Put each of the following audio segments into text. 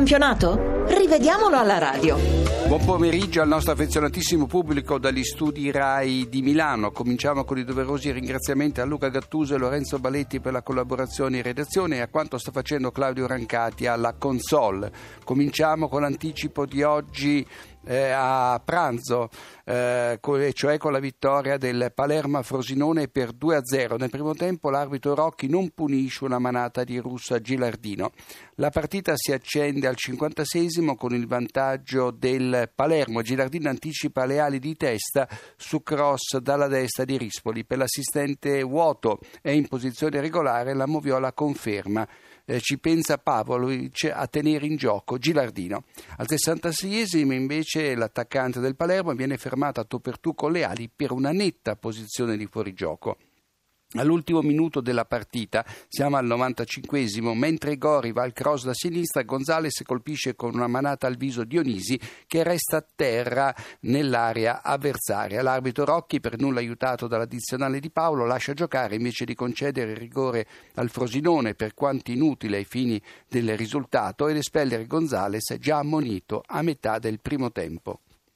campionato? Rivediamolo alla radio. Buon pomeriggio al nostro affezionatissimo pubblico dagli studi RAI di Milano. Cominciamo con i doverosi ringraziamenti a Luca Gattuso e Lorenzo Baletti per la collaborazione in redazione e a quanto sta facendo Claudio Rancati alla console. Cominciamo con l'anticipo di oggi a pranzo, cioè con la vittoria del Palermo a Frosinone per 2-0. Nel primo tempo l'arbitro Rocchi non punisce una manata di Russo a Gilardino. La partita si accende al 56esimo con il vantaggio del Palermo. Gilardino anticipa le ali di testa su cross dalla destra di Rispoli. Per l'assistente vuoto è in posizione regolare, la Moviola conferma. Ci pensa Pavlovic a tenere in gioco Gilardino. Al 66esimo invece l'attaccante del Palermo viene fermato a tu per tu con le ali per una netta posizione di fuorigioco. All'ultimo minuto della partita, siamo al 95esimo, mentre Gori va al cross da sinistra, Gonzales colpisce con una manata al viso Dionisi che resta a terra nell'area avversaria. L'arbitro Rocchi, per nulla aiutato dall'addizionale di Paolo, lascia giocare invece di concedere il rigore al Frosinone, per quanto inutile ai fini del risultato, ed espellere Gonzales già ammonito a metà del primo tempo.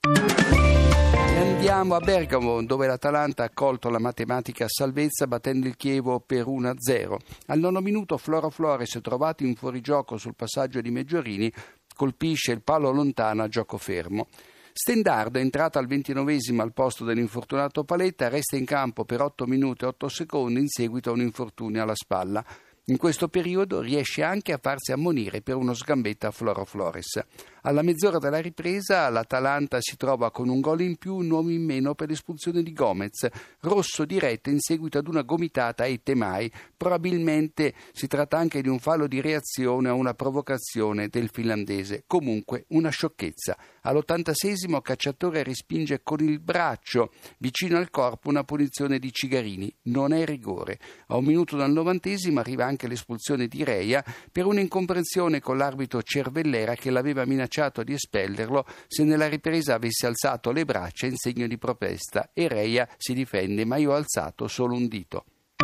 Andiamo a Bergamo, dove l'Atalanta ha accolto la matematica salvezza battendo il Chievo per 1-0. Al 9° minuto Floro Flores, trovato in fuorigioco sul passaggio di Meggiorini, colpisce il palo lontano a gioco fermo. Stendardo, entrato al 29esimo al posto dell'infortunato Paletta, resta in campo per 8 minuti e 8 secondi in seguito a un infortunio alla spalla. In questo periodo riesce anche a farsi ammonire per uno sgambetto a Floro Flores. Alla mezz'ora della ripresa l'Atalanta si trova con un gol in più, un uomo in meno per l'espulsione di Gomez, rosso diretto in seguito ad una gomitata ai Temai. Probabilmente si tratta anche di un fallo di reazione a una provocazione del finlandese. Comunque una sciocchezza. All'86esimo Cacciatore respinge con il braccio vicino al corpo una punizione di Cigarini. Non è rigore. A 1 minuto dal 90esimo arriva anche l'espulsione di Reia per un'incomprensione con l'arbitro Cervellera che l'aveva minacciato di espellerlo se nella ripresa avesse alzato le braccia in segno di protesta, e Reia si difende: ma io ho alzato solo un dito.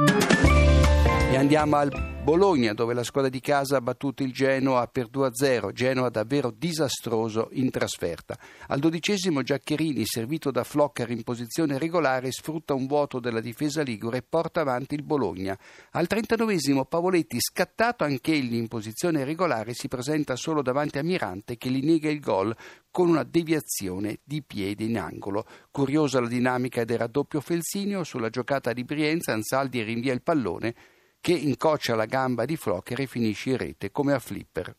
E andiamo al Bologna, dove la squadra di casa ha battuto il Genoa per 2-0. Genoa davvero disastroso in trasferta. Al 12esimo Giaccherini, servito da Flocker in posizione regolare, sfrutta un vuoto della difesa ligure e porta avanti il Bologna. Al 39esimo Pavoletti, scattato anch'egli in posizione regolare, si presenta solo davanti a Mirante che gli nega il gol con una deviazione di piede in angolo. Curiosa la dinamica del raddoppio Felsinio. Sulla giocata di Brienza Ansaldi rinvia il pallone che incoccia la gamba di Flocker e finisce in rete come a flipper.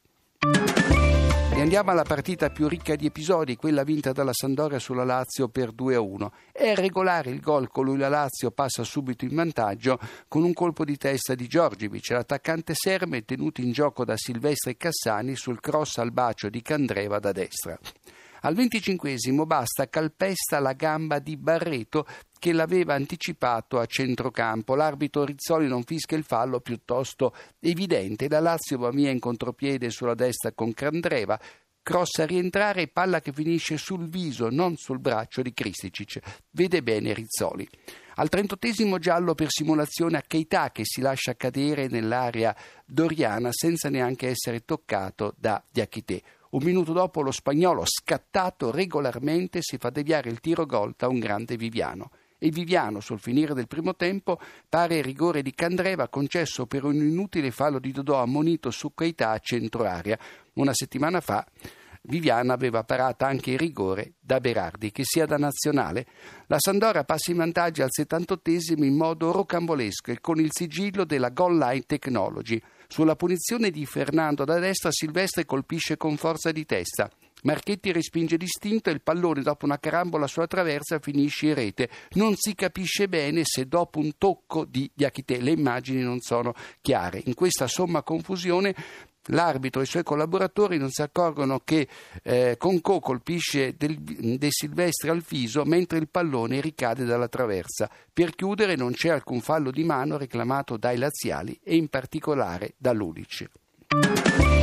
E andiamo alla partita più ricca di episodi, quella vinta dalla Sampdoria sulla Lazio per 2-1. È regolare il gol con cui la Lazio passa subito in vantaggio con un colpo di testa di Giorgivic. L'attaccante serbe è tenuto in gioco da Silvestri e Cassani sul cross al bacio di Candreva da destra. Al 25esimo Basta calpesta la gamba di Barreto che l'aveva anticipato a centrocampo. L'arbitro Rizzoli non fischia il fallo piuttosto evidente. La Lazio va via in contropiede sulla destra con Candreva. Cross a rientrare, palla che finisce sul viso, non sul braccio di Kristicic. Vede bene Rizzoli. Al 38esimo giallo per simulazione a Keita che si lascia cadere nell'area doriana senza neanche essere toccato da Diakité. 1 minuto dopo lo spagnolo, scattato regolarmente, si fa deviare il tiro gol da un grande Viviano. E Viviano, sul finire del primo tempo, pare il rigore di Candreva concesso per un inutile fallo di Dodò ammonito su Keita a centro area. Una settimana fa Viviano aveva parato anche il rigore da Berardi, che sia da nazionale. La Sampdoria passa in vantaggio al 78esimo in modo rocambolesco e con il sigillo della Goal Line Technology. Sulla punizione di Fernando da destra, Silvestre colpisce con forza di testa. Marchetti respinge distinto e il pallone, dopo una carambola sulla traversa, finisce in rete. Non si capisce bene se dopo un tocco di Diakité. Le immagini non sono chiare. In questa somma confusione l'arbitro e i suoi collaboratori non si accorgono che Concò colpisce De Silvestri al viso mentre il pallone ricade dalla traversa. Per chiudere, non c'è alcun fallo di mano reclamato dai laziali e in particolare da Lulic.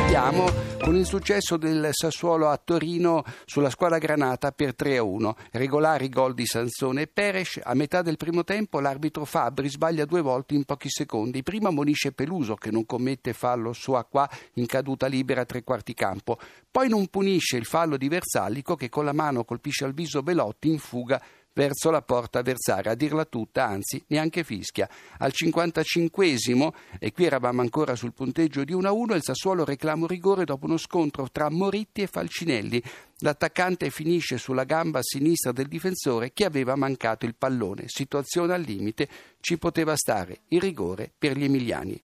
Chiudiamo con il successo del Sassuolo a Torino sulla squadra granata per 3-1. Regolari gol di Sansone e Peres. A metà del primo tempo l'arbitro Fabbri sbaglia 2 volte in pochi secondi. Prima ammonisce Peluso, che non commette fallo su Acqua in caduta libera a 3 quarti campo. Poi non punisce il fallo di Versallico, che con la mano colpisce al viso Belotti in fuga verso la porta avversaria. A dirla tutta, anzi, neanche fischia. Al 55esimo, e qui eravamo ancora sul punteggio di 1-1, il Sassuolo reclama un rigore dopo uno scontro tra Moritti e Falcinelli. L'attaccante finisce sulla gamba sinistra del difensore che aveva mancato il pallone. Situazione al limite, ci poteva stare il rigore per gli emiliani.